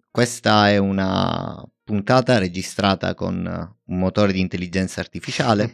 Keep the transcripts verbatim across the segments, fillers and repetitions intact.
Questa è una puntata registrata con un motore di intelligenza artificiale.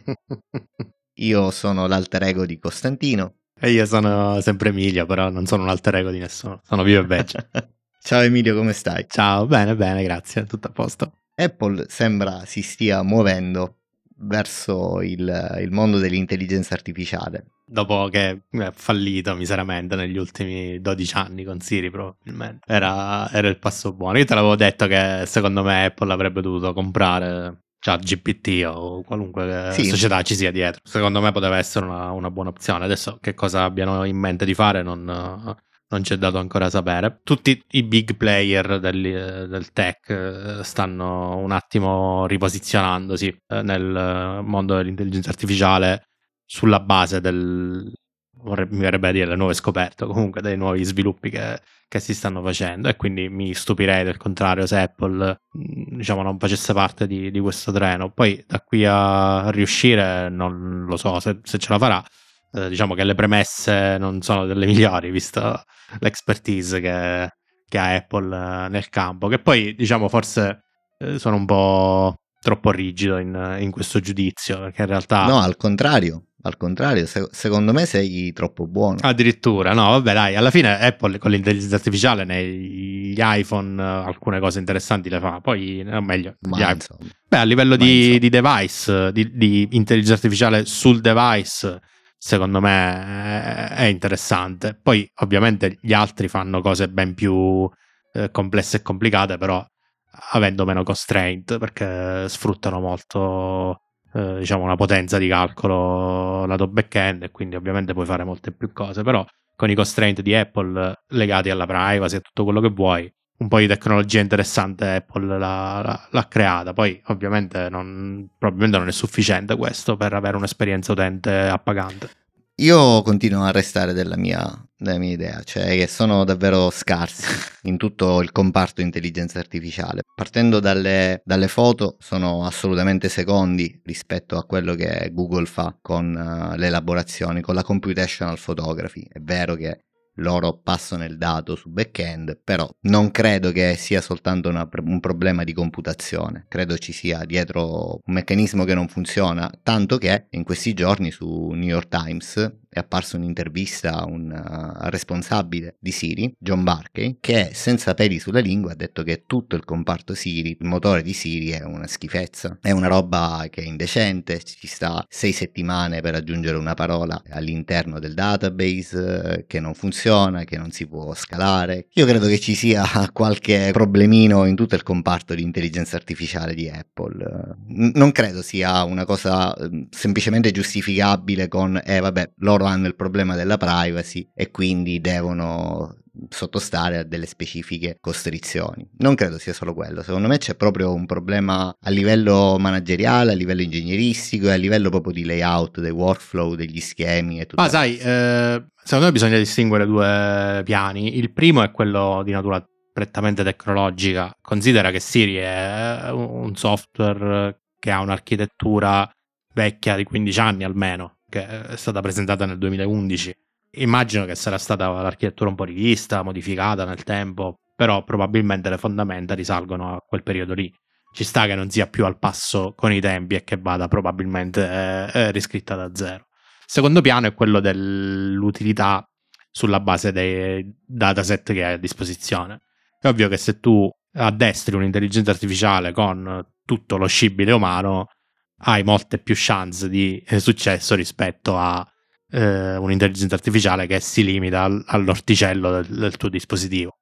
Io sono l'alter ego di Costantino. E io sono sempre Emilio, però non sono un alter ego di nessuno, sono vivo e veggio. Ciao Emilio, come stai? Ciao, bene, bene, grazie, tutto a posto. Apple sembra si stia muovendo verso il, il mondo dell'intelligenza artificiale. Dopo che è fallito miseramente negli ultimi dodici anni con Siri, probabilmente. Era, era il passo buono. Io te l'avevo detto che secondo me Apple avrebbe dovuto comprare ChatGPT o qualunque Sì. società ci sia dietro. Secondo me poteva essere una, una buona opzione. Adesso che cosa abbiano in mente di fare non, non c'è dato ancora sapere. Tutti i big player del, del tech stanno un attimo riposizionandosi nel mondo dell'intelligenza artificiale sulla base del, vorrebbe, mi verrebbe a dire, le nuove scoperte, comunque dei nuovi sviluppi che, che si stanno facendo, e quindi mi stupirei del contrario se Apple, diciamo, non facesse parte di, di questo treno. Poi da qui a riuscire non lo so se, se ce la farà. Eh, diciamo che le premesse non sono delle migliori, visto l'expertise che, che ha Apple nel campo, che poi, diciamo, forse eh, sono un po' troppo rigido in, in questo giudizio, perché in realtà... No, al contrario. Al contrario, se- secondo me sei troppo buono. Addirittura, no, vabbè, dai, alla fine Apple con l'intelligenza artificiale negli iPhone uh, alcune cose interessanti le fa, poi o meglio, Ma insomma, beh, a livello ma di, insomma. di device, di, di intelligenza artificiale sul device, secondo me è, è interessante. Poi ovviamente gli altri fanno cose ben più eh, complesse e complicate, però avendo meno constraint, perché sfruttano molto... Eh, diciamo una potenza di calcolo lato back-end, e quindi ovviamente puoi fare molte più cose, però con i constraint di Apple legati alla privacy e tutto quello che vuoi, un po' di tecnologia interessante Apple l'ha, l'ha, l'ha creata. Poi ovviamente non, probabilmente non è sufficiente questo per avere un'esperienza utente appagante. Io continuo a restare della mia, della mia idea, cioè che sono davvero scarsi in tutto il comparto intelligenza artificiale. Partendo dalle, dalle foto, sono assolutamente secondi rispetto a quello che Google fa con uh, le elaborazioni, con la computational photography. È vero che loro passano il dato su back-end, però non credo che sia soltanto una, un problema di computazione, credo ci sia dietro un meccanismo che non funziona, tanto che in questi giorni su New York Times è apparsa un'intervista a un uh, responsabile di Siri, John Barkey, che senza peli sulla lingua ha detto che tutto il comparto Siri, il motore di Siri è una schifezza, è una roba che è indecente, ci sta sei settimane per aggiungere una parola all'interno del database, che non funziona, che non si può scalare. Io credo che ci sia qualche problemino in tutto il comparto di intelligenza artificiale di Apple. Non credo sia una cosa semplicemente giustificabile con eh vabbè, loro hanno il problema della privacy e quindi devono sottostare a delle specifiche costrizioni. Non credo sia solo quello, secondo me c'è proprio un problema a livello manageriale, a livello ingegneristico e a livello proprio di layout, dei workflow, degli schemi e tutto. Ma sai, eh, secondo me bisogna distinguere due piani. Il primo è quello di natura prettamente tecnologica. Considera che Siri è un software che ha un'architettura vecchia di quindici anni almeno, che è stata presentata nel duemilaundici. Immagino che sarà stata l'architettura un po' rivista, modificata nel tempo, però probabilmente le fondamenta risalgono a quel periodo lì. Ci sta che non sia più al passo con i tempi e che vada probabilmente eh, eh, riscritta da zero. Secondo piano è quello dell'utilità sulla base dei dataset che hai a disposizione. È ovvio che se tu addestri un'intelligenza artificiale con tutto lo scibile umano, hai molte più chance di successo rispetto a eh, un'intelligenza artificiale che si limita al, all'orticello del, del tuo dispositivo.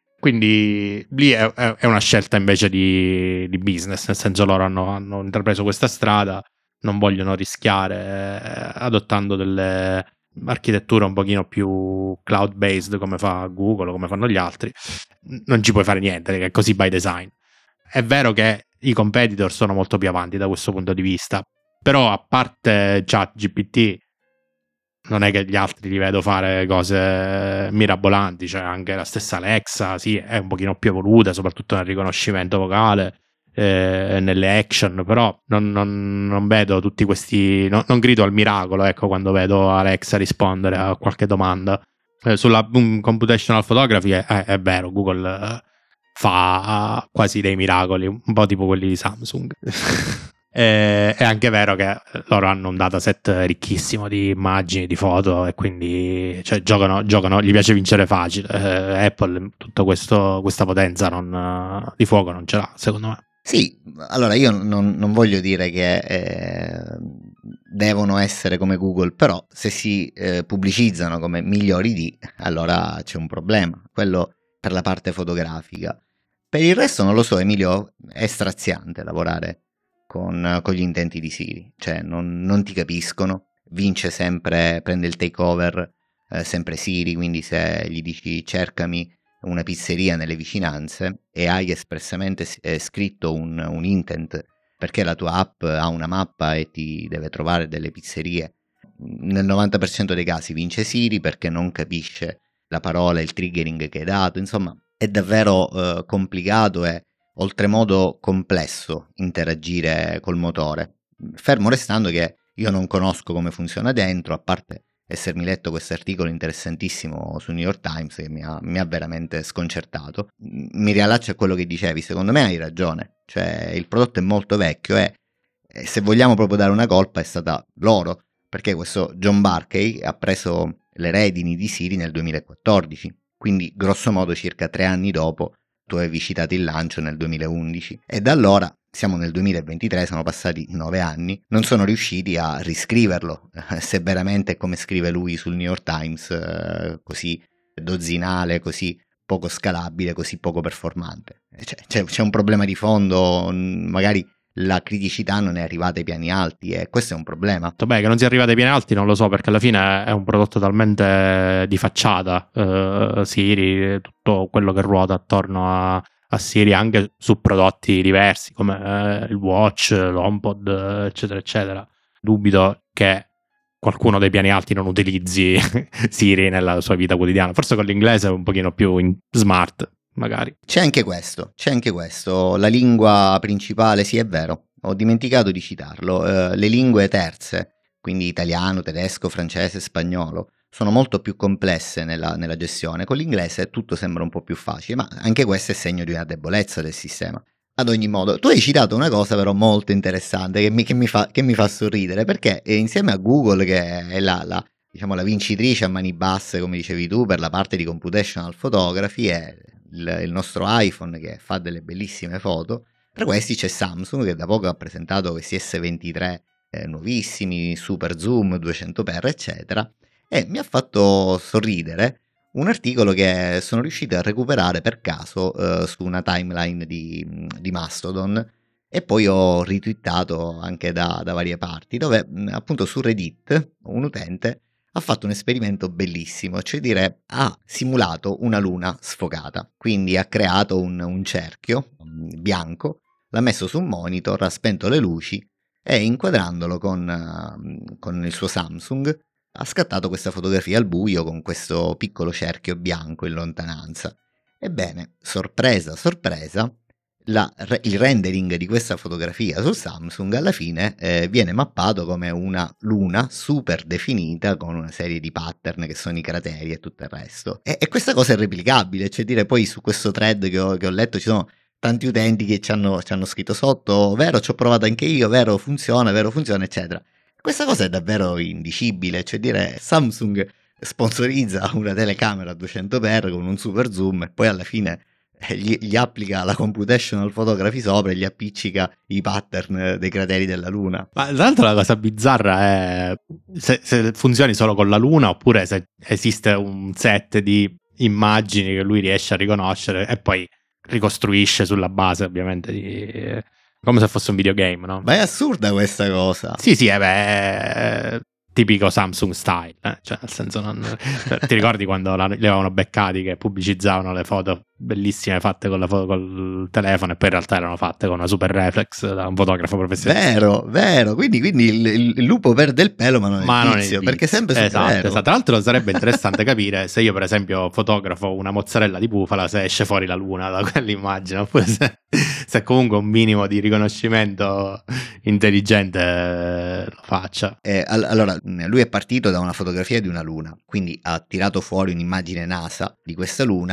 Quindi lì è, è una scelta invece di, di business, nel senso loro hanno, hanno intrapreso questa strada, non vogliono rischiare eh, adottando delle architetture un pochino più cloud based come fa Google o come fanno gli altri. Non ci puoi fare niente, che è così by design. È vero che i competitor sono molto più avanti da questo punto di vista, però a parte ChatGPT non è che gli altri li vedo fare cose mirabolanti, cioè anche la stessa Alexa sì, è un pochino più evoluta, soprattutto nel riconoscimento vocale e eh, nelle action, però non, non, non vedo tutti questi, no, non grido al miracolo, ecco, quando vedo Alexa rispondere a qualche domanda. Eh, sulla um, computational photography è, è, è vero, Google fa quasi dei miracoli, un po' tipo quelli di Samsung. E, è anche vero che loro hanno un dataset ricchissimo di immagini, di foto, e quindi cioè, giocano, giocano, gli piace vincere facile. Eh, Apple tutto questo, questa potenza non, di fuoco non ce l'ha, secondo me. Sì, allora io non, non voglio dire che eh, devono essere come Google, però se si eh, pubblicizzano come migliori di, allora c'è un problema, quello per la parte fotografica. Per il resto non lo so, Emilio, è straziante lavorare con, con gli intenti di Siri, cioè non, non ti capiscono, vince sempre, prende il takeover eh, sempre Siri, quindi se gli dici cercami una pizzeria nelle vicinanze e hai espressamente eh, scritto un, un intent perché la tua app ha una mappa e ti deve trovare delle pizzerie, nel novanta per cento dei casi vince Siri perché non capisce la parola, il triggering che hai dato. Insomma, è davvero eh, complicato e oltremodo complesso interagire col motore, fermo restando che io non conosco come funziona dentro, a parte essermi letto questo articolo interessantissimo su New York Times che mi ha, mi ha veramente sconcertato. Mi riallaccio a quello che dicevi, secondo me hai ragione, cioè il prodotto è molto vecchio e, e se vogliamo proprio dare una colpa è stata loro, perché questo John Barkey ha preso le redini di Siri nel duemilaquattordici, quindi grosso modo circa tre anni dopo tu avevi citato il lancio nel duemilaundici, e da allora siamo nel duemilaventitré, sono passati nove anni, non sono riusciti a riscriverlo, se veramente è come scrive lui sul New York Times, eh, così dozzinale, così poco scalabile, così poco performante. C'è, c'è, c'è un problema di fondo, magari la criticità non è arrivata ai piani alti e questo è un problema. Beh, che non sia arrivata ai piani alti non lo so, perché alla fine è un prodotto talmente di facciata, eh, Siri, tutto quello che ruota attorno a, a Siri, anche su prodotti diversi come eh, il Watch, l'HomePod, eccetera eccetera. Dubito che qualcuno dei piani alti non utilizzi Siri nella sua vita quotidiana, forse con l'inglese è un pochino più in smart magari. C'è anche questo, c'è anche questo, la lingua principale, sì è vero, ho dimenticato di citarlo, eh, le lingue terze, quindi italiano, tedesco, francese, spagnolo, sono molto più complesse nella, nella gestione, con l'inglese tutto sembra un po' più facile, ma anche questo è segno di una debolezza del sistema. Ad ogni modo, tu hai citato una cosa però molto interessante che mi, che mi, fa, che mi fa sorridere, perché insieme a Google, che è la, la, diciamo, la vincitrice a mani basse, come dicevi tu, per la parte di computational photography, è il, il nostro iPhone che fa delle bellissime foto. Tra questi c'è Samsung che da poco ha presentato questi S ventitré eh, nuovissimi, super zoom, duecento x eccetera, e mi ha fatto sorridere un articolo che sono riuscito a recuperare per caso eh, su una timeline di, di Mastodon e poi ho ritwittato anche da, da varie parti, dove appunto su Reddit un utente ha fatto un esperimento bellissimo, cioè dire ha simulato una luna sfocata, quindi ha creato un, un cerchio bianco, l'ha messo su un monitor, ha spento le luci e inquadrandolo con, con il suo Samsung ha scattato questa fotografia al buio con questo piccolo cerchio bianco in lontananza. Ebbene, sorpresa, sorpresa, la, il rendering di questa fotografia su Samsung alla fine eh, viene mappato come una luna super definita con una serie di pattern che sono i crateri e tutto il resto. E, e questa cosa è replicabile, cioè dire poi su questo thread che ho, che ho letto ci sono tanti utenti che ci hanno, ci hanno scritto sotto, vero, ci ho provato anche io, vero, funziona, vero, funziona, eccetera. Questa cosa è davvero indicibile, cioè dire Samsung sponsorizza una telecamera a duecento x con un super zoom e poi alla fine gli, gli applica la computational photography sopra e gli appiccica i pattern dei crateri della Luna. Ma tra l'altro la cosa bizzarra è se, se funzioni solo con la Luna oppure se esiste un set di immagini che lui riesce a riconoscere e poi ricostruisce sulla base ovviamente di... come se fosse un videogame, no? Ma è assurda questa cosa. Sì, sì, eh beh, tipico Samsung style, eh? Cioè nel senso non... ti ricordi quando la, li avevano beccati che pubblicizzavano le foto bellissime fatte con la foto, col telefono e poi in realtà erano fatte con una super reflex da un fotografo professionista. Vero, vero, quindi, quindi il, il lupo perde il pelo ma non è ma il non tizio, è il perché sempre esatto, vero. esatto. Tra l'altro sarebbe interessante capire se io per esempio fotografo una mozzarella di bufala se esce fuori la luna da quell'immagine oppure se, se comunque un minimo di riconoscimento intelligente lo faccia. Eh, allora lui è partito da una fotografia di una luna, quindi ha tirato fuori un'immagine NASA di questa luna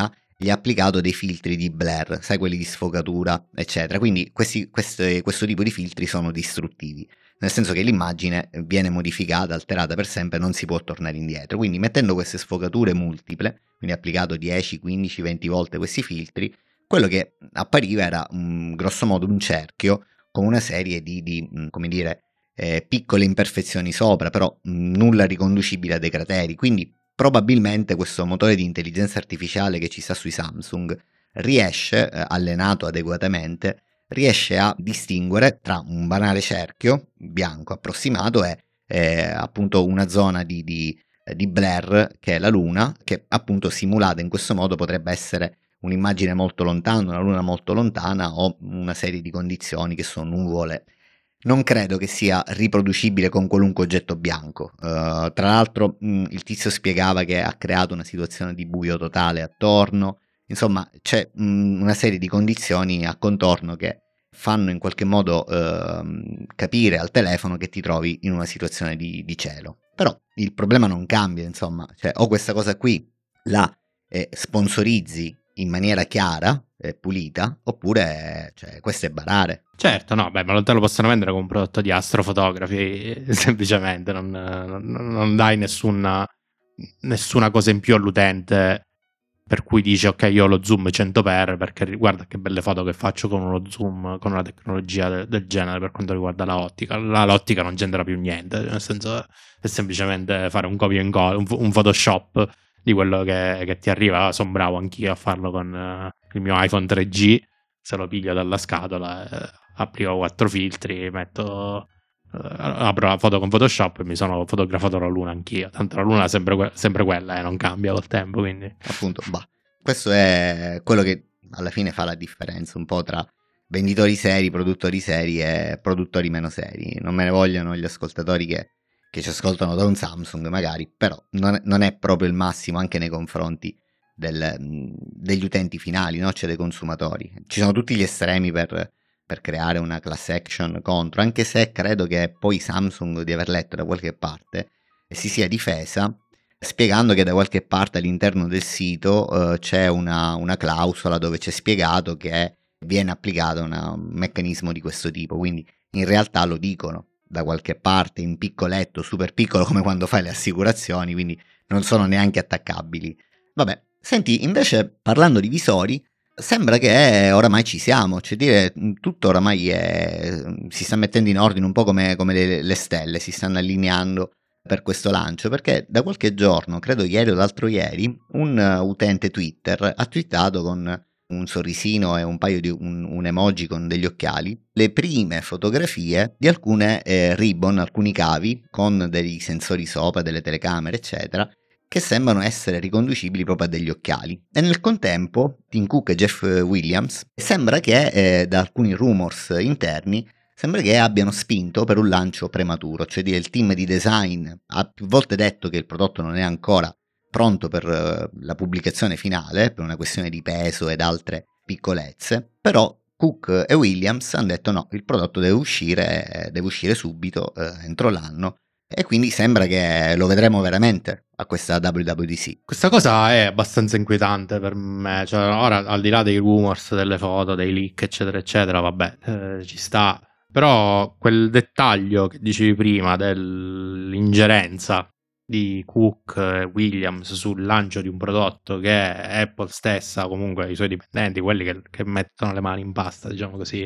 gli ha applicato dei filtri di blur, sai, quelli di sfocatura, eccetera. Quindi questi, queste, questo tipo di filtri sono distruttivi, nel senso che l'immagine viene modificata, alterata per sempre, non si può tornare indietro. Quindi mettendo queste sfocature multiple, quindi applicato dieci, quindici, venti volte questi filtri, quello che appariva era um, grosso modo un cerchio con una serie di, di um, come dire, eh, piccole imperfezioni sopra, però um, nulla riconducibile a dei crateri. Quindi probabilmente questo motore di intelligenza artificiale che ci sta sui Samsung riesce, eh, allenato adeguatamente, riesce a distinguere tra un banale cerchio bianco approssimato e eh, appunto una zona di, di, di blur che è la luna, che appunto simulata in questo modo potrebbe essere un'immagine molto lontana, una luna molto lontana o una serie di condizioni che sono nuvole. Non credo che sia riproducibile con qualunque oggetto bianco. Uh, tra l'altro mh, il tizio spiegava che ha creato una situazione di buio totale attorno. Insomma, c'è mh, una serie di condizioni a contorno che fanno in qualche modo uh, capire al telefono che ti trovi in una situazione di, di cielo. Però il problema non cambia, insomma. Cioè, o questa cosa qui la eh, sponsorizzi in maniera chiara e pulita, oppure cioè, questo è barare. Certo, no, beh, ma te lo possono vendere come un prodotto di astrofotografi, semplicemente, non, non, non dai nessuna, nessuna cosa in più all'utente per cui dice ok, io ho lo zoom cento per perché guarda che belle foto che faccio con uno zoom, con una tecnologia de, del genere per quanto riguarda la ottica. La, l'ottica non genera più niente, nel senso è semplicemente fare un copy and go, un, un Photoshop di quello che, che ti arriva. Sono bravo anch'io a farlo con uh, il mio iPhone tre G, se lo piglio dalla scatola, eh, applico quattro filtri, metto uh, apro la foto con Photoshop e mi sono fotografato la luna anch'io. Tanto la luna è sempre, que- sempre quella, eh, non cambia col tempo, quindi appunto, bah, questo è quello che alla fine fa la differenza un po' tra venditori seri, produttori seri e produttori meno seri. Non me ne vogliono gli ascoltatori che che ci ascoltano da un Samsung magari, però non è, non è proprio il massimo anche nei confronti del, degli utenti finali, no? Cioè dei consumatori. Ci sono tutti gli estremi per, per creare una class action contro, anche se credo che poi Samsung, di aver letto da qualche parte, si sia difesa spiegando che da qualche parte all'interno del sito uh, c'è una, una clausola dove c'è spiegato che viene applicato una, un meccanismo di questo tipo, quindi in realtà lo dicono da qualche parte in piccoletto, super piccolo, come quando fai le assicurazioni, quindi non sono neanche attaccabili. Vabbè, senti, invece parlando di visori, sembra che oramai ci siamo, cioè dire tutto oramai è, si sta mettendo in ordine un po' come, come le, le stelle, si stanno allineando per questo lancio, perché da qualche giorno, credo ieri o l'altro ieri, un utente Twitter ha twittato con un sorrisino e un paio di un, un emoji con degli occhiali, le prime fotografie di alcune eh, ribbon, alcuni cavi con dei sensori sopra, delle telecamere, eccetera, che sembrano essere riconducibili proprio a degli occhiali. E nel contempo, Tim Cook e Jeff Williams, sembra che eh, da alcuni rumors interni, sembra che abbiano spinto per un lancio prematuro, cioè il team di design ha più volte detto che il prodotto non è ancora pronto per uh, la pubblicazione finale, per una questione di peso ed altre piccolezze, però Cook e Williams hanno detto no, il prodotto deve uscire, deve uscire subito, eh, entro l'anno, e quindi sembra che lo vedremo veramente a questa W W D C. Questa cosa è abbastanza inquietante per me, cioè ora al di là dei rumors, delle foto, dei leak eccetera eccetera, vabbè, eh, ci sta, però quel dettaglio che dicevi prima dell'ingerenza di Cook e Williams sul lancio di un prodotto che Apple stessa, comunque i suoi dipendenti, quelli che, che mettono le mani in pasta, diciamo così,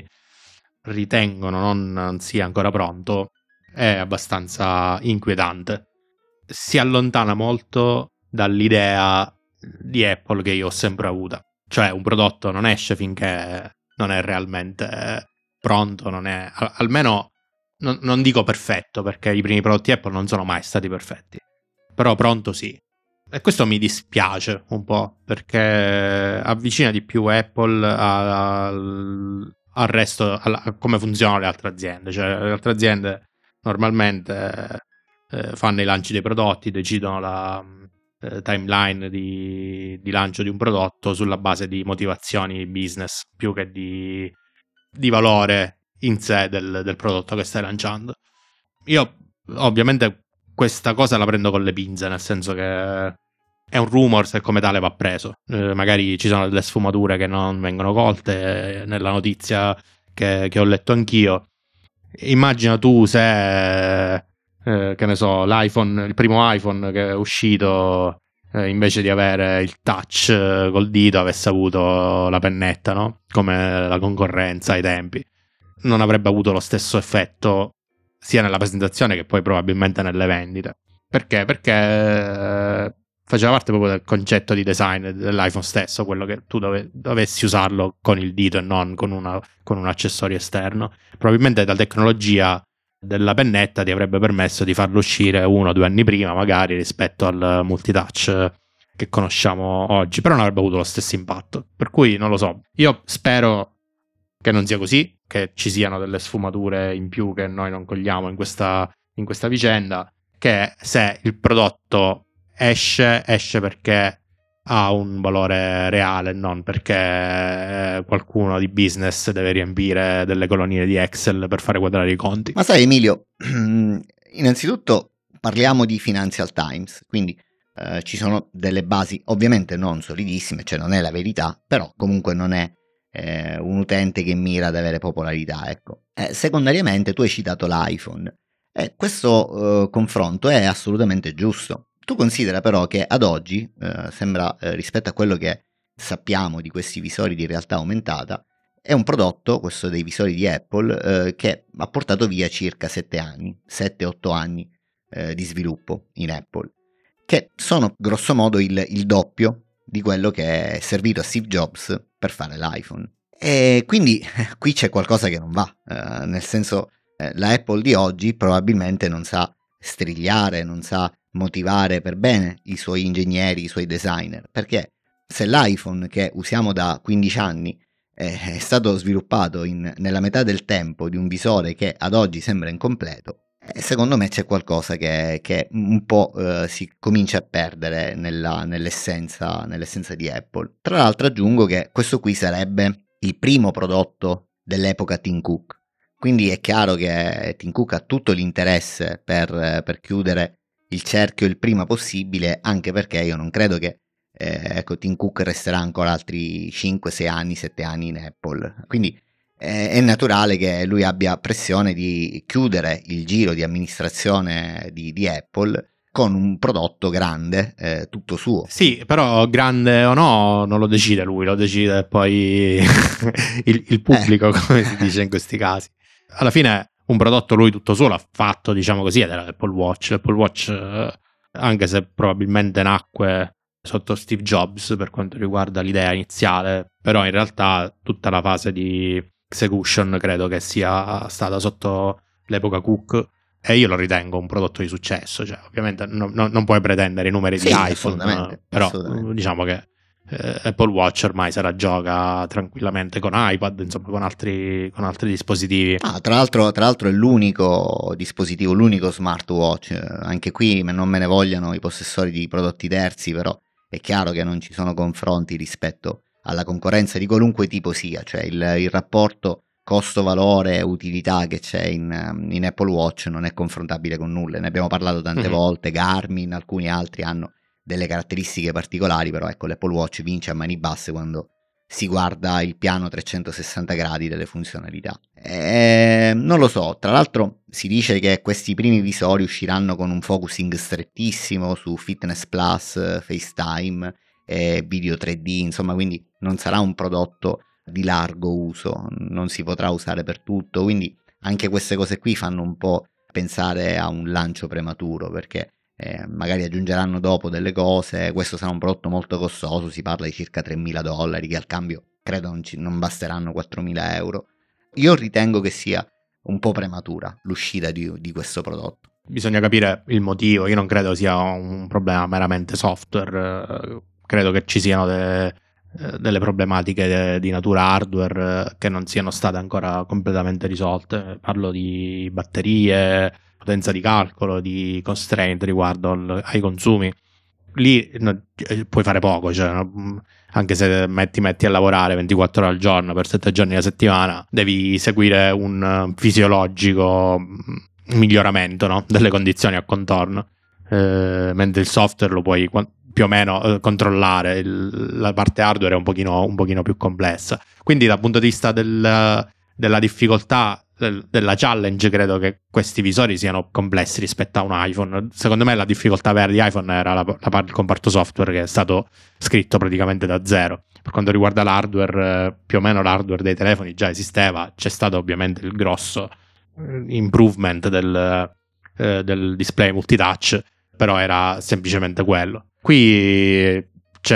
ritengono non, non sia ancora pronto, è abbastanza inquietante. Si allontana molto dall'idea di Apple che io ho sempre avuta, cioè un prodotto non esce finché non è realmente pronto, non è almeno non, non dico perfetto, perché i primi prodotti Apple non sono mai stati perfetti, però pronto sì. E questo mi dispiace un po', perché avvicina di più Apple al, al resto, a, a come funzionano le altre aziende. Cioè le altre aziende normalmente eh, fanno i lanci dei prodotti, decidono la eh, timeline di, di lancio di un prodotto sulla base di motivazioni business più che di, di valore in sé del, del prodotto che stai lanciando. Io ovviamente questa cosa la prendo con le pinze, nel senso che è un rumor, se come tale va preso. Eh, magari ci sono delle sfumature che non vengono colte eh, nella notizia che, che ho letto anch'io. Immagina tu se, eh, che ne so, l'iPhone, il primo iPhone che è uscito, eh, invece di avere il touch eh, col dito, avesse avuto la pennetta, no? Come la concorrenza ai tempi. Non avrebbe avuto lo stesso effetto sia nella presentazione che poi probabilmente nelle vendite. Perché? Perché eh, faceva parte proprio del concetto di design dell'iPhone stesso, quello che tu dove, dovessi usarlo con il dito e non con, una, con un accessorio esterno. Probabilmente la tecnologia della pennetta ti avrebbe permesso di farlo uscire uno o due anni prima, magari, rispetto al multitouch che conosciamo oggi, però non avrebbe avuto lo stesso impatto. Per cui non lo so, io spero che non sia così, che ci siano delle sfumature in più che noi non cogliamo in questa, in questa vicenda, che se il prodotto esce, esce perché ha un valore reale, non perché qualcuno di business deve riempire delle colonie di Excel per fare quadrare i conti. Ma sai, Emilio, innanzitutto parliamo di Financial Times, quindi eh, ci sono delle basi ovviamente non solidissime, cioè non è la verità, però comunque non è eh, un utente che mira ad avere popolarità, ecco. Eh, secondariamente tu hai citato l'iPhone, e questo eh, confronto è assolutamente giusto. Tu considera però che ad oggi, eh, sembra eh, rispetto a quello che sappiamo di questi visori di realtà aumentata, è un prodotto, questo dei visori di Apple, eh, che ha portato via circa sette anni, sette otto anni eh, di sviluppo in Apple, che sono grosso modo il, il doppio di quello che è servito a Steve Jobs per fare l'iPhone. E quindi qui c'è qualcosa che non va, eh, nel senso eh, la Apple di oggi probabilmente non sa strigliare, non sa motivare per bene i suoi ingegneri, i suoi designer, perché se l'iPhone che usiamo da quindici anni è stato sviluppato in, nella metà del tempo di un visore che ad oggi sembra incompleto, eh, secondo me c'è qualcosa che, che un po' eh, si comincia a perdere nella, nell'essenza, nell'essenza di Apple. Tra l'altro aggiungo che questo qui sarebbe il primo prodotto dell'epoca Tim Cook, quindi è chiaro che Tim Cook ha tutto l'interesse per, per chiudere il cerchio il prima possibile, anche perché io non credo che Eh, ecco, Tim Cook resterà ancora altri cinque sei anni, sette anni in Apple, quindi eh, è naturale che lui abbia pressione di chiudere il giro di amministrazione di, di Apple con un prodotto grande, eh, tutto suo. Sì, però grande o no non lo decide lui, lo decide poi il, il pubblico, eh. come si dice in questi casi. Alla fine un prodotto lui tutto suo l'ha fatto, diciamo così, ed era l'Apple Watch. L'Apple Watch, eh, anche se probabilmente nacque sotto Steve Jobs per quanto riguarda l'idea iniziale, però in realtà tutta la fase di execution credo che sia stata sotto l'epoca Cook, e io lo ritengo un prodotto di successo. Cioè, ovviamente no, no, non puoi pretendere i numeri sì, di iPhone, assolutamente, però assolutamente. diciamo che eh, Apple Watch ormai se la gioca tranquillamente con iPad, insomma con altri, con altri dispositivi. Ah, tra l'altro, tra l'altro è l'unico dispositivo, l'unico smartwatch, anche qui non me ne vogliano i possessori di prodotti terzi, però è chiaro che non ci sono confronti rispetto alla concorrenza di qualunque tipo sia, cioè il, il rapporto costo-valore, utilità che c'è in, in Apple Watch non è confrontabile con nulla, ne abbiamo parlato tante mm-hmm. volte, Garmin, alcuni altri hanno delle caratteristiche particolari, però ecco l'Apple Watch vince a mani basse quando si guarda il piano trecentosessanta gradi delle funzionalità. E, non lo so, tra l'altro si dice che questi primi visori usciranno con un focusing strettissimo su Fitness Plus, FaceTime e video tre D, insomma, quindi non sarà un prodotto di largo uso, non si potrà usare per tutto, quindi anche queste cose qui fanno un po' pensare a un lancio prematuro, perché Eh, magari aggiungeranno dopo delle cose. Questo sarà un prodotto molto costoso, si parla di circa tremila dollari, che al cambio credo non, ci, non basteranno quattromila euro. Io ritengo che sia un po' prematura l'uscita di, di questo prodotto. Bisogna capire il motivo. Io non credo sia un problema meramente software, credo che ci siano de, delle problematiche de, di natura hardware che non siano state ancora completamente risolte. Parlo di batterie, potenza di calcolo, di constraint riguardo al, ai consumi. Lì no, puoi fare poco, cioè, no, anche se metti, metti a lavorare ventiquattro ore al giorno per sette giorni alla settimana, devi seguire un fisiologico miglioramento, no, delle condizioni a contorno, eh, mentre il software lo puoi più o meno eh, controllare. Il, la parte hardware è un pochino, un pochino più complessa. Quindi dal punto di vista del, della difficoltà, del, della challenge, credo che questi visori siano complessi rispetto a un iPhone. Secondo me la difficoltà vera di iPhone era la, la, il comparto software, che è stato scritto praticamente da zero. Per quanto riguarda l'hardware, eh, più o meno l'hardware dei telefoni già esisteva, c'è stato ovviamente il grosso eh, improvement del, eh, del display multitouch, però era semplicemente quello. Qui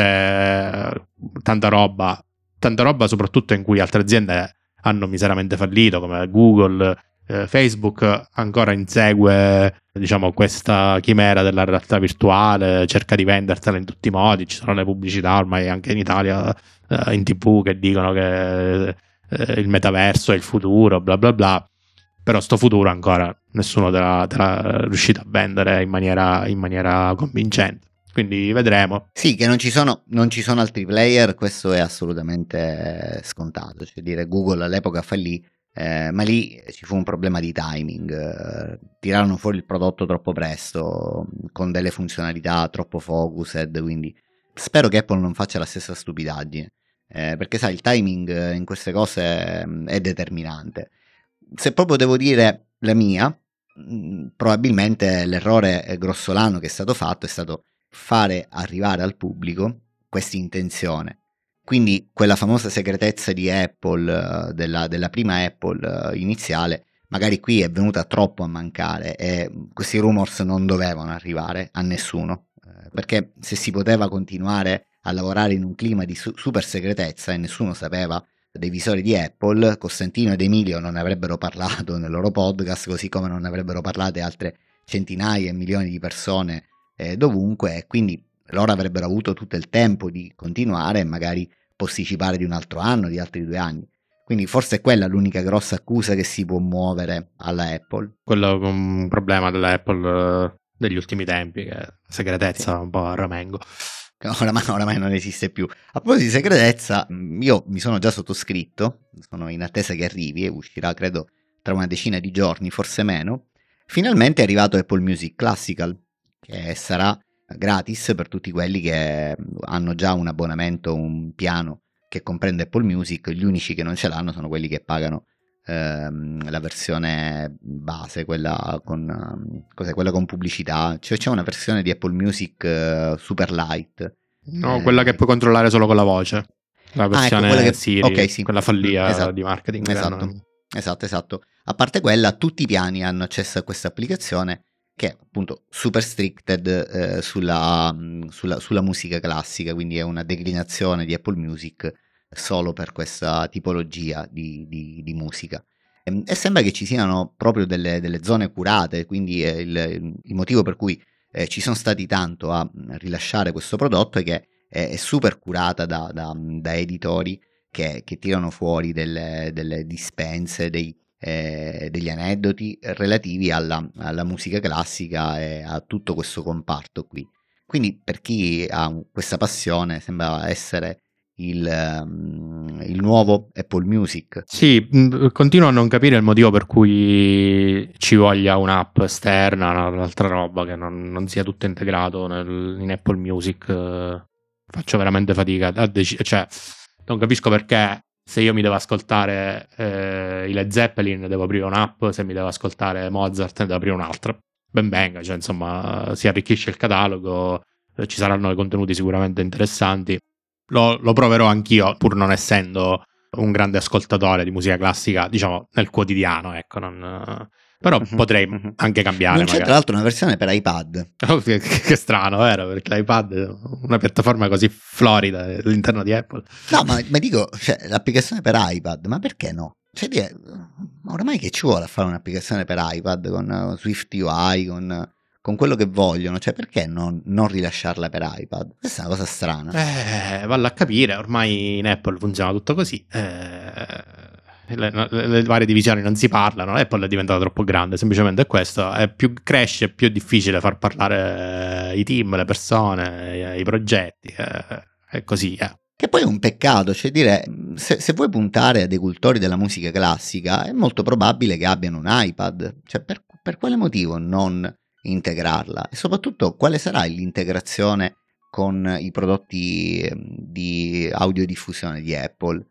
c'è tanta roba, tanta roba soprattutto in cui altre aziende hanno miseramente fallito, come Google, eh, Facebook ancora insegue, diciamo, questa chimera della realtà virtuale, cerca di vendersela in tutti i modi. Ci sono le pubblicità ormai anche in Italia, eh, in tivù, che dicono che eh, il metaverso è il futuro, bla bla bla. Però sto futuro ancora nessuno te l'ha, te l'ha riuscito a vendere in maniera, in maniera convincente. Quindi vedremo. Sì, che non ci sono, non ci sono altri player, questo è assolutamente scontato. Cioè, dire Google all'epoca fallì, eh, ma lì ci fu un problema di timing. Eh, tirarono fuori il prodotto troppo presto, con delle funzionalità troppo focused, quindi spero che Apple non faccia la stessa stupidaggine, eh, perché sai, il timing in queste cose è determinante. Se proprio devo dire la mia, mh, probabilmente l'errore grossolano che è stato fatto è stato fare arrivare al pubblico questa intenzione. Quindi quella famosa segretezza di Apple, della, della prima Apple iniziale, magari qui è venuta troppo a mancare, e questi rumors non dovevano arrivare a nessuno, perché se si poteva continuare a lavorare in un clima di su- super segretezza e nessuno sapeva dei visori di Apple, Costantino ed Emilio non ne avrebbero parlato nel loro podcast, così come non ne avrebbero parlate altre centinaia e milioni di persone eh, dovunque, e quindi loro avrebbero avuto tutto il tempo di continuare e magari posticipare di un altro anno, di altri due anni. Quindi forse è quella l'unica grossa accusa che si può muovere alla Apple. Quello è un problema dell'Apple eh, degli ultimi tempi, che è segretezza Sì. un po' a ramengo. Oramai, oramai non esiste più. A proposito di segretezza, io mi sono già sottoscritto, sono in attesa che arrivi, e uscirà credo tra una decina di giorni, forse meno. Finalmente è arrivato Apple Music Classical, che sarà gratis per tutti quelli che hanno già un abbonamento, un piano che comprende Apple Music. Gli unici che non ce l'hanno sono quelli che pagano ehm, la versione base, quella con, cos'è, quella con pubblicità. Cioè c'è una versione di Apple Music uh, super light. No, eh, quella che puoi controllare solo con la voce. La versione ah, ecco, che... Siri, okay, sì. quella follia esatto. di marketing. Esatto. Hanno... esatto, esatto. A parte quella, tutti i piani hanno accesso a questa applicazione, che è appunto super stricted eh, sulla, sulla, sulla musica classica, quindi è una declinazione di Apple Music solo per questa tipologia di, di, di musica. E, e sembra che ci siano proprio delle, delle zone curate, quindi eh, il, il motivo per cui eh, ci sono stati tanto a rilasciare questo prodotto è che è, è super curata da, da, da editori che, che tirano fuori delle, delle dispense, dei Eh, degli aneddoti relativi alla, alla musica classica e a tutto questo comparto qui. Quindi per chi ha questa passione sembra essere il, um, il nuovo Apple Music. Sì, mh, continuo a non capire il motivo per cui ci voglia un'app esterna, un'altra roba, che non, non sia tutto integrato nel, in Apple Music. Faccio veramente fatica a decidere, cioè non capisco perché. Se io mi devo ascoltare eh, i Led Zeppelin devo aprire un'app, se mi devo ascoltare Mozart ne devo aprire un'altra. Ben venga, cioè insomma si arricchisce il catalogo, eh, ci saranno dei contenuti sicuramente interessanti. Lo, lo proverò anch'io, pur non essendo un grande ascoltatore di musica classica, diciamo nel quotidiano, ecco, non... Però uh-huh, potrei uh-huh. anche cambiare. Non c'è magari. Tra l'altro una versione per iPad. Oh, che, che strano, vero? Perché l'iPad è una piattaforma così florida all'interno di Apple. No, ma, ma dico, cioè, l'applicazione per iPad, ma perché no? Cioè, dire, ormai che ci vuole a fare un'applicazione per iPad con uh, Swift U I, con, con quello che vogliono? Cioè, perché non, non rilasciarla per iPad? Questa è una cosa strana. Eh, vallo a capire, ormai in Apple funziona tutto così. Eh... Le, le, le varie divisioni non si parlano, Apple è diventata troppo grande, semplicemente è questo, è più cresce, è più difficile far parlare i team, le persone, i, i progetti, eh, è così. Eh. Che poi è un peccato, cioè dire, se, se vuoi puntare a dei cultori della musica classica è molto probabile che abbiano un iPad, cioè per, per quale motivo non integrarla? E soprattutto quale sarà l'integrazione con i prodotti di audiodiffusione di Apple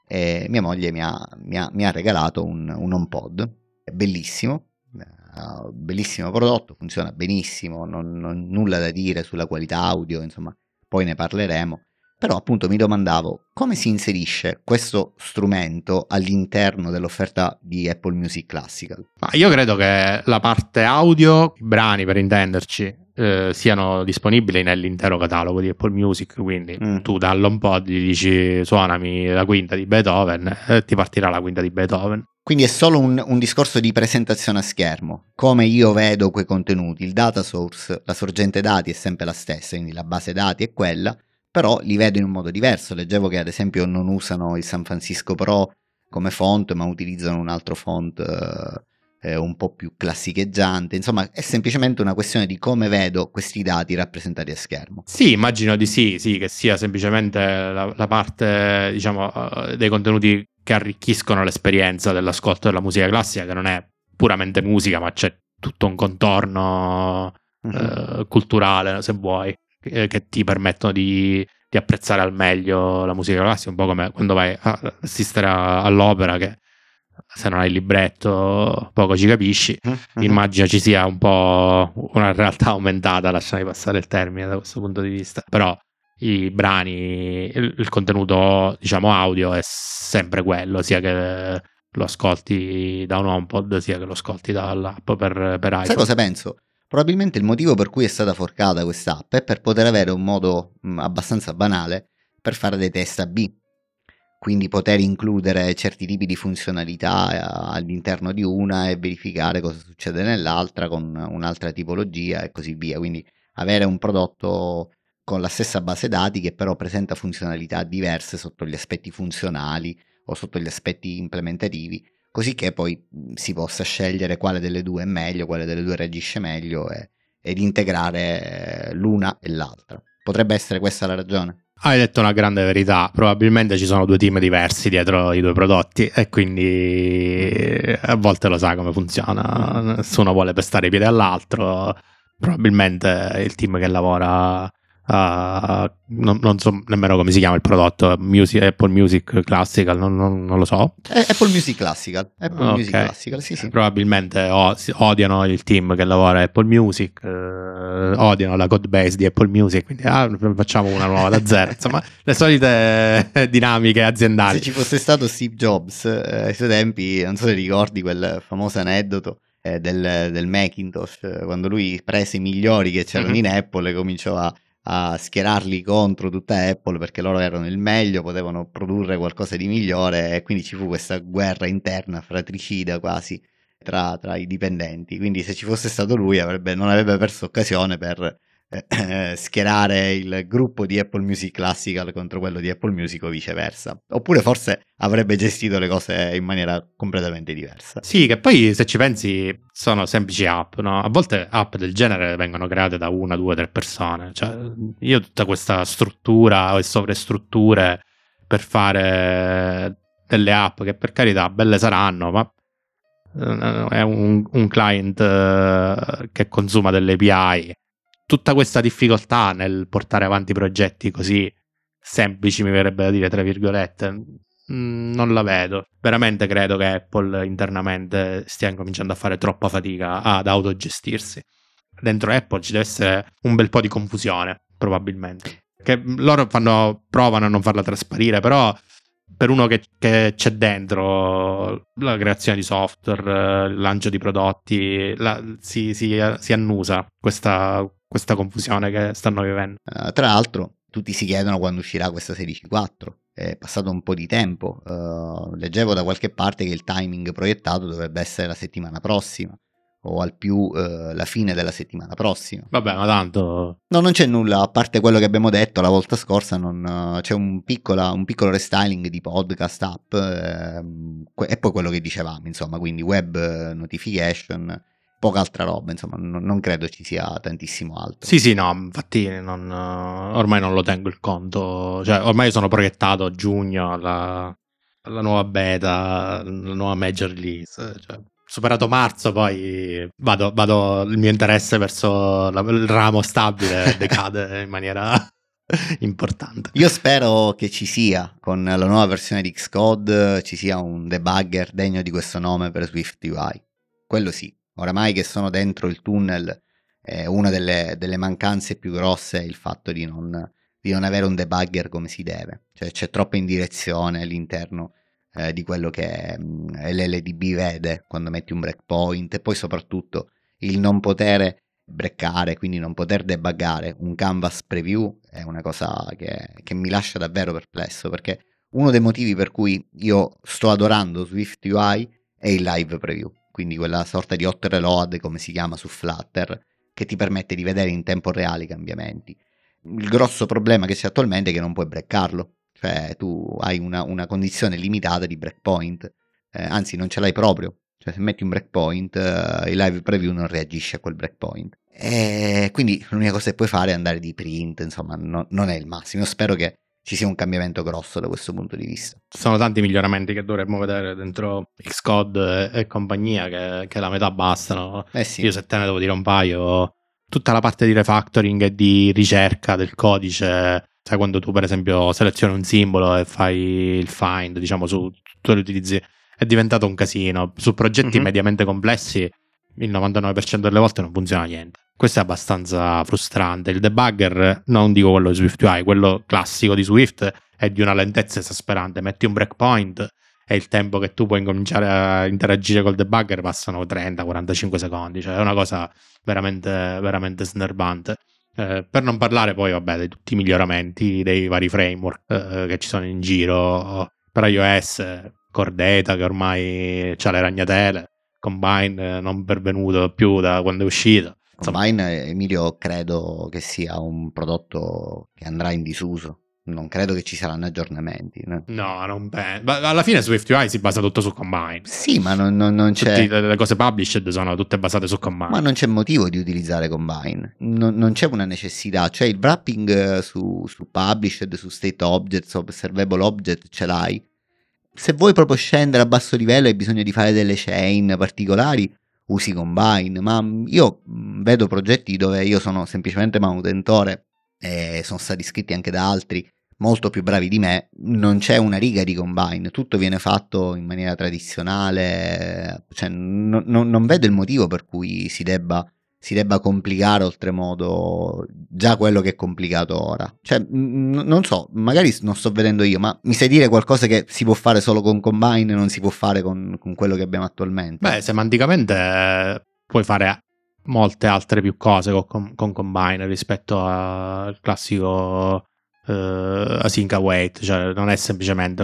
e mia moglie mi ha, mi ha, mi ha regalato un, un HomePod, bellissimo, uh, bellissimo prodotto, funziona benissimo, non, non, nulla da dire sulla qualità audio, insomma, poi ne parleremo. Però appunto mi domandavo come si inserisce questo strumento all'interno dell'offerta di Apple Music Classical. Ma io credo che la parte audio, i brani per intenderci, eh, siano disponibili nell'intero catalogo di Apple Music, quindi mm. tu dall'HomePod gli dici suonami la quinta di Beethoven e ti partirà la quinta di Beethoven. Quindi è solo un, un discorso di presentazione a schermo, come io vedo quei contenuti, il data source, la sorgente dati è sempre la stessa, quindi la base dati è quella, però li vedo in un modo diverso. Leggevo che ad esempio non usano il San Francisco Pro come font, ma utilizzano un altro font eh, un po' più classicheggiante. Insomma, è semplicemente una questione di come vedo questi dati rappresentati a schermo. Sì, immagino di sì, sì, che sia semplicemente la, la parte, diciamo, dei contenuti che arricchiscono l'esperienza dell'ascolto della musica classica, che non è puramente musica, ma c'è tutto un contorno mm-hmm. eh, culturale, se vuoi, che ti permettono di, di apprezzare al meglio la musica classica, un po' come quando vai a assistere a, all'opera, che se non hai il libretto poco ci capisci. Mm-hmm. Immagino ci sia un po' una realtà aumentata, lasciami passare il termine da questo punto di vista, però i brani, il, il contenuto diciamo audio è sempre quello, sia che lo ascolti da un HomePod sia che lo ascolti dall'app per, per iPhone. Sai cosa penso? Probabilmente il motivo per cui è stata forcata questa app è per poter avere un modo mh, abbastanza banale per fare dei test A B, quindi poter includere certi tipi di funzionalità eh, all'interno di una e verificare cosa succede nell'altra con un'altra tipologia e così via, quindi avere un prodotto con la stessa base dati che però presenta funzionalità diverse sotto gli aspetti funzionali o sotto gli aspetti implementativi, così che poi si possa scegliere quale delle due è meglio, quale delle due reagisce meglio e, ed integrare l'una e l'altra. Potrebbe essere questa la ragione? Hai detto una grande verità, probabilmente ci sono due team diversi dietro i due prodotti e quindi a volte lo sa come funziona, nessuno vuole pestare i piedi all'altro, probabilmente il team che lavora Uh, non, non so nemmeno come si chiama il prodotto, Music, Apple Music Classical, non, non, non lo so. È Apple Music Classical, Apple okay. Music Classical, sì, sì. Probabilmente o, odiano il team che lavora a Apple Music, eh, odiano la code base di Apple Music, quindi ah, facciamo una nuova da zero. Insomma, le solite dinamiche aziendali. Se ci fosse stato Steve Jobs eh, ai suoi tempi, non so se ricordi quel famoso aneddoto eh, del, del Macintosh, quando lui prese i migliori che c'erano mm-hmm. in Apple e cominciò a a schierarli contro tutta Apple perché loro erano il meglio, potevano produrre qualcosa di migliore e quindi ci fu questa guerra interna, fratricida quasi, tra, tra i dipendenti. Quindi se ci fosse stato lui avrebbe, non avrebbe perso occasione per eh, schierare il gruppo di Apple Music Classical contro quello di Apple Music o viceversa. Oppure forse avrebbe gestito le cose in maniera completamente diversa. Sì, che poi se ci pensi sono semplici app, no? A volte app del genere vengono create da una, due, tre persone. Cioè, io tutta questa struttura o sovrastrutture per fare delle app che per carità belle saranno, ma è un, un client uh, che consuma delle A P I. Tutta questa difficoltà nel portare avanti progetti così semplici, mi verrebbe da dire tra virgolette, mh, non la vedo. Veramente credo che Apple internamente stia incominciando a fare troppa fatica ad autogestirsi. Dentro Apple ci deve essere un bel po' di confusione, probabilmente. Che loro fanno, provano a non farla trasparire, però per uno che, che c'è dentro la creazione di software, il lancio di prodotti, la, si, si, si annusa questa, questa confusione che stanno vivendo. Uh, tra l'altro tutti si chiedono quando uscirà questa sedici quattro, è passato un po' di tempo, uh, leggevo da qualche parte che il timing proiettato dovrebbe essere la settimana prossima o al più uh, la fine della settimana prossima. Vabbè, ma tanto no, non c'è nulla a parte quello che abbiamo detto la volta scorsa, non, uh, c'è un, piccola, un piccolo restyling di podcast app eh, e poi quello che dicevamo, insomma, quindi web notification, poca altra roba, insomma, non, non credo ci sia tantissimo altro. Sì, sì, no, infatti non, ormai non lo tengo il conto, cioè ormai sono proiettato a giugno alla, alla nuova beta, la nuova major release, cioè superato marzo poi vado, vado il mio interesse verso la, il ramo stabile decade in maniera importante. Io spero che ci sia, con la nuova versione di Xcode, ci sia un debugger degno di questo nome per SwiftUI. Quello sì, oramai che sono dentro il tunnel, eh, una delle, delle mancanze più grosse è il fatto di non, di non avere un debugger come si deve. Cioè c'è troppa indirezione all'interno eh, di quello che mh, l'L D B vede quando metti un breakpoint, e poi soprattutto il non potere breccare, quindi non poter debuggare un canvas preview è una cosa che, che mi lascia davvero perplesso, perché uno dei motivi per cui io sto adorando SwiftUI è il live preview, quindi quella sorta di hot reload, come si chiama su Flutter, che ti permette di vedere in tempo reale i cambiamenti. Il grosso problema che c'è attualmente è che non puoi breccarlo, cioè tu hai una, una condizione limitata di breakpoint, eh, anzi non ce l'hai proprio. Cioè se metti un breakpoint, uh, il live preview non reagisce a quel breakpoint. E quindi l'unica cosa che puoi fare è andare di print, insomma no, non è il massimo. Io spero che ci sia un cambiamento grosso da questo punto di vista. Sono tanti miglioramenti che dovremmo vedere dentro Xcode e, e compagnia, che, che la metà bastano. Eh sì. Io se te ne devo dire un paio, tutta la parte di refactoring e di ricerca del codice, sai, quando tu per esempio selezioni un simbolo e fai il find, diciamo, su tu li utilizzi, è diventato un casino. Su progetti mm-hmm. mediamente complessi il novantanove per cento delle volte non funziona niente. Questo è abbastanza frustrante. Il debugger, non dico quello di SwiftUI, quello classico di Swift, è di una lentezza esasperante. Metti un breakpoint e il tempo che tu puoi cominciare a interagire col debugger passano trenta quarantacinque secondi, cioè è una cosa veramente, veramente snervante. Eh, per non parlare poi, vabbè, di tutti i miglioramenti dei vari framework eh, che ci sono in giro per iOS, Core Data che ormai c'ha le ragnatele, Combine non pervenuto più da quando è uscito. Combine, Emilio, credo che sia un prodotto che andrà in disuso. Non credo che ci saranno aggiornamenti. No, no non penso. Ma alla fine SwiftUI si basa tutto su Combine. Sì, ma non, non, non c'è. Tutte le cose published sono tutte basate su Combine. Ma non c'è motivo di utilizzare Combine. Non, non c'è una necessità. Cioè il wrapping su, su published, su state objects, observable object ce l'hai. Se vuoi proprio scendere a basso livello e hai bisogno di fare delle chain particolari, usi Combine, ma io vedo progetti dove io sono semplicemente manutentore e sono stati scritti anche da altri molto più bravi di me, non c'è una riga di Combine, tutto viene fatto in maniera tradizionale, cioè no, no, non vedo il motivo per cui si debba si debba complicare oltremodo già quello che è complicato ora. Cioè, n- non so, magari non sto vedendo io, ma mi sai dire qualcosa che si può fare solo con Combine e non si può fare con, con quello che abbiamo attualmente? Beh, semanticamente eh, puoi fare molte altre più cose con, con Combine rispetto al classico eh, async await, cioè non è semplicemente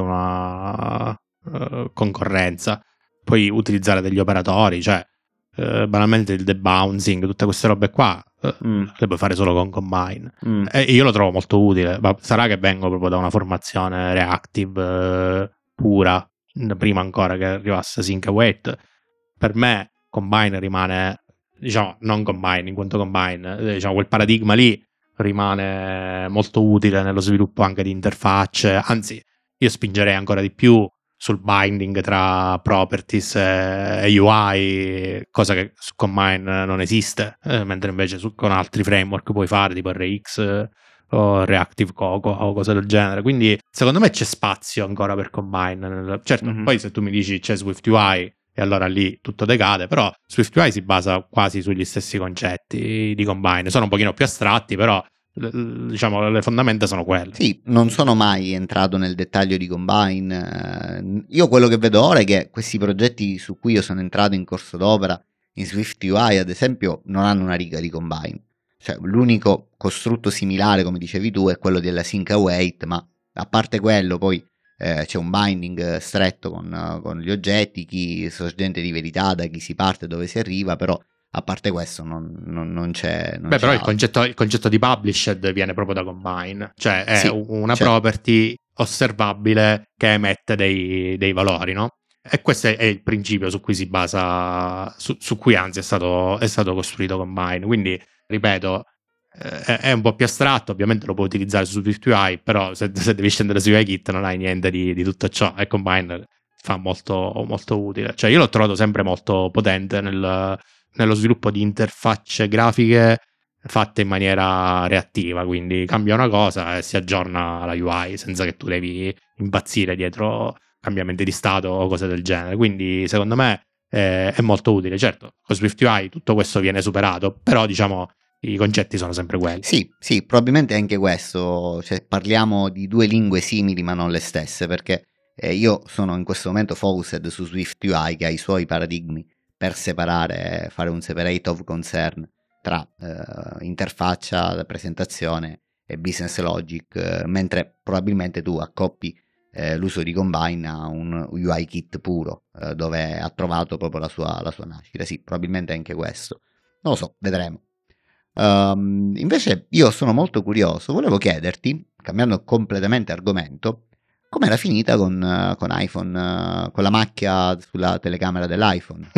una uh, concorrenza. Puoi utilizzare degli operatori, cioè Uh, banalmente il debouncing, tutte queste robe qua uh, mm. le puoi fare solo con Combine mm. e io lo trovo molto utile, ma sarà che vengo proprio da una formazione reactive uh, pura, prima ancora che arrivasse Sync Await. Per me Combine rimane, diciamo, non Combine in quanto Combine, diciamo quel paradigma lì rimane molto utile nello sviluppo anche di interfacce, anzi io spingerei ancora di più sul binding tra properties e U I, cosa che su Combine non esiste, eh, mentre invece su, con altri framework puoi fare tipo R X eh, o Reactive Cocoa o cose del genere. Quindi secondo me c'è spazio ancora per Combine. Certo, mm-hmm. Poi se tu mi dici c'è SwiftUI e allora lì tutto decade, però SwiftUI si basa quasi sugli stessi concetti di Combine, sono un pochino più astratti, però diciamo le fondamenta sono quelle. Sì, non sono mai entrato nel dettaglio di Combine. Io quello che vedo ora è che questi progetti su cui io sono entrato in corso d'opera, in SwiftUI ad esempio, non hanno una riga di Combine. Cioè l'unico costrutto similare, come dicevi tu, è quello della sync await, ma a parte quello poi eh, c'è un binding stretto con, con gli oggetti, chi sorgente di verità, da chi si parte, dove si arriva, però a parte questo non, non, non c'è non beh c'è però il concetto, il concetto di published viene proprio da Combine, cioè è sì, una certo. property osservabile che emette dei, dei valori, no? E questo è il principio su cui si basa, su, su cui anzi è stato, è stato costruito Combine. Quindi ripeto, eh, è un po' più astratto, ovviamente lo puoi utilizzare su SwiftUI, però se, se devi scendere su UIKit non hai niente di, di tutto ciò, e Combine fa molto, molto utile. Cioè io l'ho trovato sempre molto potente nel, nello sviluppo di interfacce grafiche fatte in maniera reattiva, quindi cambia una cosa e si aggiorna la U I senza che tu devi impazzire dietro cambiamenti di stato o cose del genere. Quindi secondo me eh, è molto utile. Certo, con SwiftUI tutto questo viene superato, però diciamo i concetti sono sempre quelli. Sì, sì, probabilmente anche questo, cioè parliamo di due lingue simili ma non le stesse, perché eh, io sono in questo momento focused su SwiftUI, che ha i suoi paradigmi per separare, fare un separate of concern tra eh, interfaccia, presentazione e business logic, eh, mentre probabilmente tu accoppi eh, l'uso di Combine a un U I kit puro, eh, dove ha trovato proprio la sua, la sua nascita. Sì, probabilmente anche questo. Non lo so, vedremo. Um, invece io sono molto curioso, volevo chiederti, cambiando completamente argomento, com'era finita con, uh, con iPhone, uh, con la macchia sulla telecamera dell'iPhone.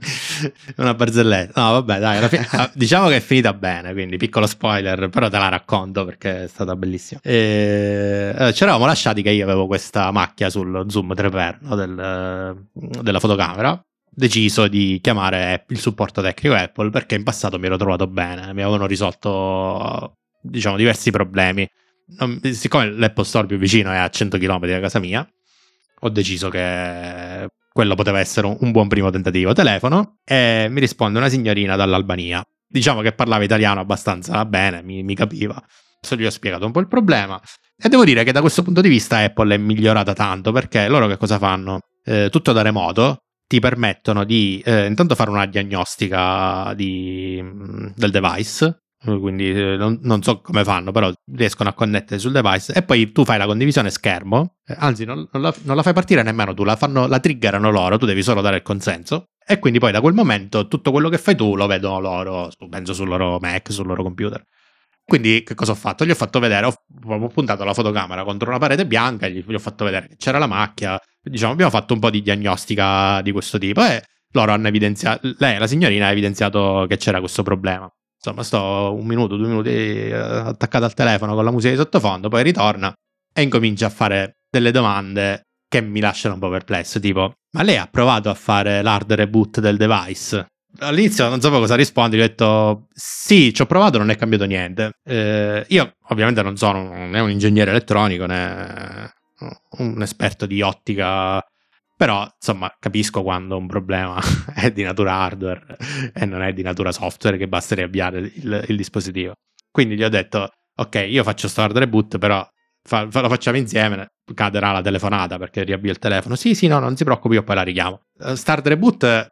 Una barzelletta. No, vabbè, dai, alla fine, diciamo che è finita bene, quindi piccolo spoiler, però te la racconto perché è stata bellissima. E, eh, ci eravamo lasciati che io avevo questa macchia sul zoom tre x no, del, della fotocamera. Deciso di chiamare il supporto tecnico Apple perché in passato mi ero trovato bene, mi avevano risolto diciamo diversi problemi. Non, siccome l'Apple Store più vicino è a cento chilometri da casa mia, ho deciso che quello poteva essere un, un buon primo tentativo. Telefono e mi risponde una signorina dall'Albania, diciamo che parlava italiano abbastanza bene, mi, mi capiva. Adesso gli ho spiegato un po' il problema e devo dire che da questo punto di vista Apple è migliorata tanto, perché loro che cosa fanno? Eh, tutto da remoto, ti permettono di eh, intanto fare una diagnostica di, del device, quindi eh, non, non so come fanno, però riescono a connettere sul device e poi tu fai la condivisione schermo, eh, anzi non, non, la, non la fai partire nemmeno tu, la, fanno, la triggerano loro, tu devi solo dare il consenso e quindi poi da quel momento tutto quello che fai tu lo vedono loro, penso sul loro Mac, sul loro computer. Quindi che cosa ho fatto? Gli ho fatto vedere, ho, ho puntato la fotocamera contro una parete bianca e gli, gli ho fatto vedere che c'era la macchia. Diciamo, abbiamo fatto un po' di diagnostica di questo tipo e loro hanno evidenziato, lei, la signorina, ha evidenziato che c'era questo problema. Insomma, sto un minuto, due minuti eh, attaccato al telefono con la musica di sottofondo, poi ritorna e incomincia a fare delle domande che mi lasciano un po' perplesso, tipo, ma lei ha provato a fare l'hard reboot del device? All'inizio non sapevo cosa rispondere, gli ho detto sì, ci ho provato, non è cambiato niente. Eh, io ovviamente non sono né un ingegnere elettronico né un esperto di ottica, però insomma capisco quando un problema è di natura hardware e non è di natura software, che basta riavviare il, il dispositivo. Quindi gli ho detto ok, io faccio sto hard reboot, però fa, fa, lo facciamo insieme, caderà la telefonata perché riavvio il telefono. Sì sì, no, non si preoccupi, io poi la richiamo. Start reboot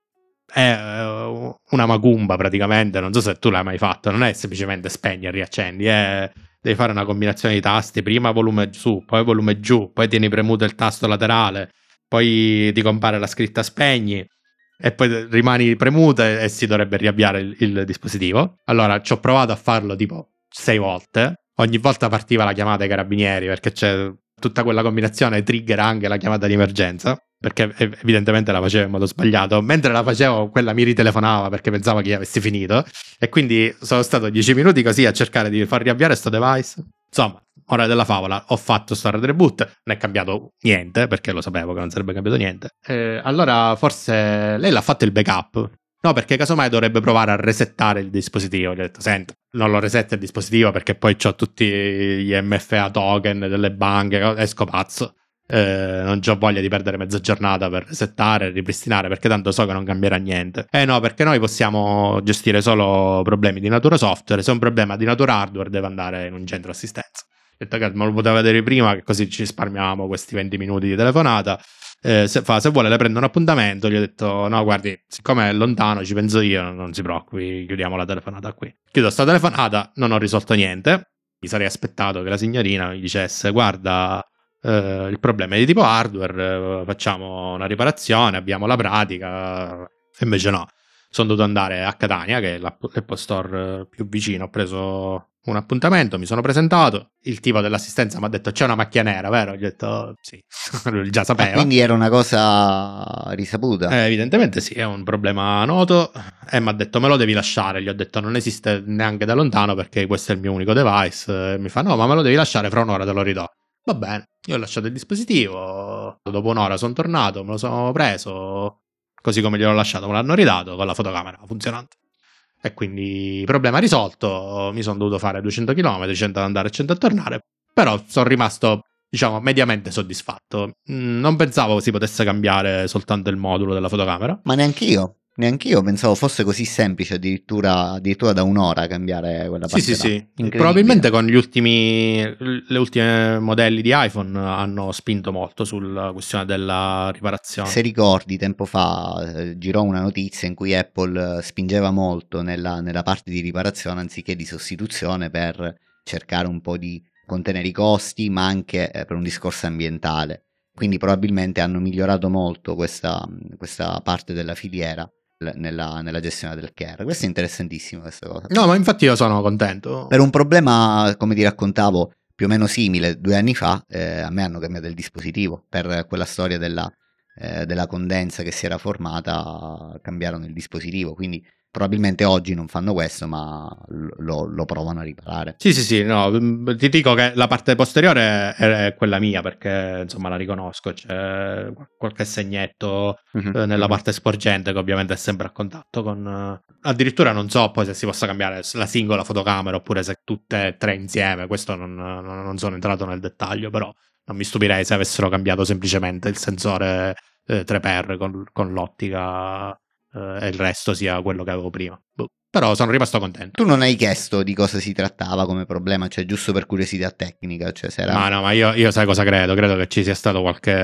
è una macumba praticamente, non so se tu l'hai mai fatto, non è semplicemente spegni e riaccendi, è, devi fare una combinazione di tasti, prima volume su, poi volume giù, poi tieni premuto il tasto laterale, poi ti compare la scritta spegni e poi rimani premuto e, e si dovrebbe riavviare il, il dispositivo. Allora ci ho provato a farlo tipo sei volte, ogni volta partiva la chiamata ai carabinieri perché c'è tutta quella combinazione, trigger anche la chiamata di emergenza, perché evidentemente la facevo in modo sbagliato. Mentre la facevo, quella mi ritelefonava perché pensava che avessi finito, e quindi sono stato dieci minuti così a cercare di far riavviare sto device. Insomma, ora della favola, ho fatto sto hard reboot, non è cambiato niente perché lo sapevo che non sarebbe cambiato niente. Eh, allora forse lei l'ha fatto il backup. No, perché casomai dovrebbe provare a resettare il dispositivo. Gli ho detto, senta, non lo resetta il dispositivo perché poi c'ho tutti gli M F A token delle banche, esco pazzo. Eh, non ho voglia di perdere mezza giornata per resettare e ripristinare, perché tanto so che non cambierà niente. Eh no, perché noi possiamo gestire solo problemi di natura software. Se è un problema di natura hardware deve andare in un centro assistenza. Ho detto che me lo poteva vedere prima, che così ci risparmiamo questi venti minuti di telefonata. Eh, se, fa, se vuole le prendo un appuntamento. Gli ho detto no, guardi, siccome è lontano ci penso io, non si preoccupi, chiudiamo la telefonata qui. Chiudo sta telefonata, non ho risolto niente. Mi sarei aspettato che la signorina mi dicesse guarda, Uh, il problema è di tipo hardware, uh, facciamo una riparazione, abbiamo la pratica, e invece no, sono dovuto andare a Catania, che è l'Apple Store più vicino, ho preso un appuntamento, mi sono presentato, il tipo dell'assistenza mi ha detto c'è una macchia nera, vero? Gli ho detto sì, lui già sapeva. Ah, quindi era una cosa risaputa? Eh, evidentemente sì, è un problema noto, e mi ha detto me lo devi lasciare, gli ho detto non esiste neanche da lontano perché questo è il mio unico device, e mi fa no, ma me lo devi lasciare, fra un'ora te lo ridò. Va bene, io ho lasciato il dispositivo, dopo un'ora sono tornato, me lo sono preso, così come gliel'ho lasciato me l'hanno ridato con la fotocamera funzionante. E quindi problema risolto, mi sono dovuto fare duecento chilometri, cento ad andare e cento a tornare, però sono rimasto, diciamo, mediamente soddisfatto. Non pensavo si potesse cambiare soltanto il modulo della fotocamera. Ma neanche io. Neanche io pensavo fosse così semplice, addirittura, addirittura da un'ora cambiare quella parte. Sì, sì, sì. Probabilmente con gli ultimi le ultime modelli di iPhone hanno spinto molto sulla questione della riparazione. Se ricordi, tempo fa eh, girò una notizia in cui Apple spingeva molto nella, nella parte di riparazione anziché di sostituzione, per cercare un po' di contenere i costi, ma anche eh, per un discorso ambientale. Quindi probabilmente hanno migliorato molto questa, questa parte della filiera nella, nella gestione del care. Questo è interessantissimo, questa cosa. No, ma infatti io sono contento. Per un problema, come ti raccontavo, più o meno simile due anni fa, eh, a me hanno cambiato il dispositivo. Per quella storia della, eh, della condensa che si era formata, cambiarono il dispositivo, quindi probabilmente oggi non fanno questo, ma lo, lo provano a riparare. Sì, sì, sì, no, ti dico che la parte posteriore è quella mia, perché insomma la riconosco, c'è qualche segnetto mm-hmm. eh, nella parte sporgente che ovviamente è sempre a contatto con... Addirittura non so poi se si possa cambiare la singola fotocamera oppure se tutte e tre insieme, questo non, non sono entrato nel dettaglio, però non mi stupirei se avessero cambiato semplicemente il sensore eh, tre per con, con l'ottica... Uh, e il resto sia quello che avevo prima. Boh. Però sono rimasto contento. Tu non hai chiesto di cosa si trattava come problema, cioè giusto per curiosità tecnica, cioè se era... Ma no, ma io, io sai cosa credo? Credo che ci sia stato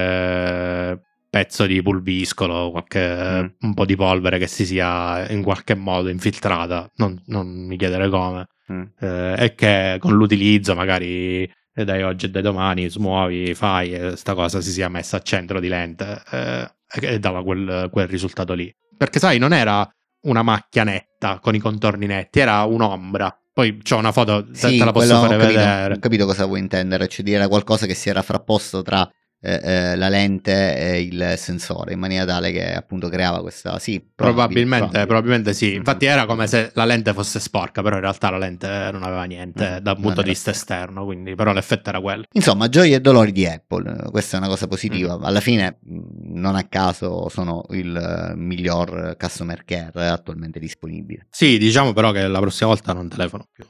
qualche pezzo di pulviscolo, qualche mm. un po' di polvere che si sia in qualche modo infiltrata, non, non mi chiedere come, mm. eh, e che con l'utilizzo magari dai oggi e dai domani smuovi, fai e sta cosa si sia messa a centro di lente eh, e dava quel, quel risultato lì. Perché sai, non era una macchia netta con i contorni netti, era un'ombra. Poi c'ho una foto, sì, te la posso fare ho capito, vedere. Ho capito cosa vuoi intendere, cioè dire qualcosa che si era frapposto tra eh, eh, la lente e il sensore, in maniera tale che appunto creava questa... Sì, probabilmente, probabilmente, probabilmente sì. Infatti era come se la lente fosse sporca, però in realtà la lente non aveva niente mm, da un punto di vista esterno, quindi però l'effetto era quello. Insomma, gioie e dolori di Apple, questa è una cosa positiva. Mm. Alla fine, non a caso, sono il miglior customer care attualmente disponibile. Sì, diciamo però che la prossima volta non telefono più.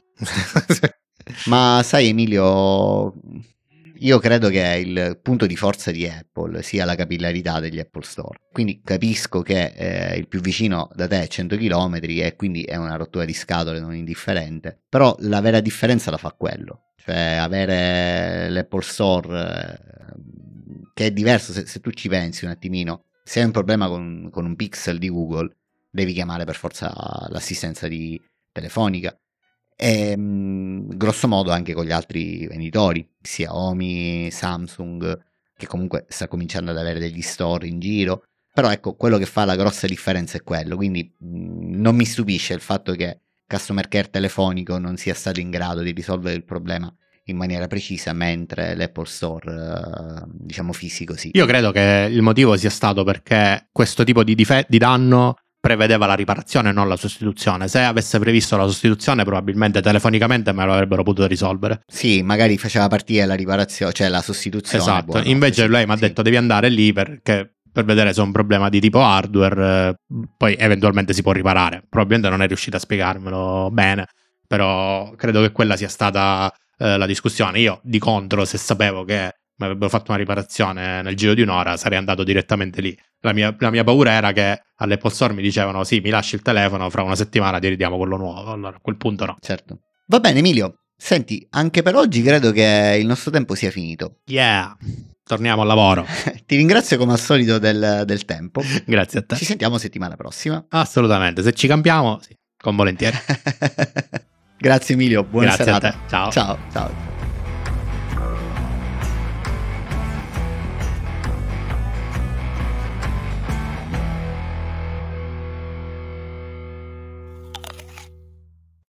Ma sai, Emilio... Io credo che il punto di forza di Apple sia la capillarità degli Apple Store, quindi capisco che eh, il più vicino da te è cento chilometri e quindi è una rottura di scatole non indifferente, però la vera differenza la fa quello, cioè avere l'Apple Store eh, che è diverso, se, se tu ci pensi un attimino, se hai un problema con, con un pixel di Google devi chiamare per forza l'assistenza di telefonica. E grosso modo anche con gli altri venditori, Xiaomi, Samsung, che comunque sta cominciando ad avere degli store in giro, però ecco, quello che fa la grossa differenza è quello, quindi mh, non mi stupisce il fatto che customer care telefonico non sia stato in grado di risolvere il problema in maniera precisa, mentre l'Apple Store eh, diciamo fisico sì. Io credo che il motivo sia stato perché questo tipo di, dife- di danno prevedeva la riparazione e non la sostituzione. Se avesse previsto la sostituzione probabilmente telefonicamente me lo avrebbero potuto risolvere. Sì, magari faceva partire la riparazione, cioè la sostituzione. Esatto, buono, invece sì, lei mi ha sì. detto devi andare lì perché per vedere se è un problema di tipo hardware, eh, poi eventualmente si può riparare. Probabilmente non è riuscita a spiegarmelo bene, però credo che quella sia stata eh, la discussione. Io di contro, se sapevo che mi avrebbero fatto una riparazione nel giro di un'ora, sarei andato direttamente lì. La mia, la mia paura era che all'Apple Store mi dicevano sì, mi lasci il telefono, fra una settimana ti ridiamo quello nuovo. Allora a quel punto no. Certo. Va bene Emilio, senti, anche per oggi credo che il nostro tempo sia finito. Yeah, torniamo al lavoro. Ti ringrazio come al solito del, del tempo. Grazie a te. Ci sentiamo settimana prossima. Assolutamente, se ci cambiamo, sì, con volentieri. Grazie Emilio, buona Grazie serata. a te, ciao. Ciao, ciao.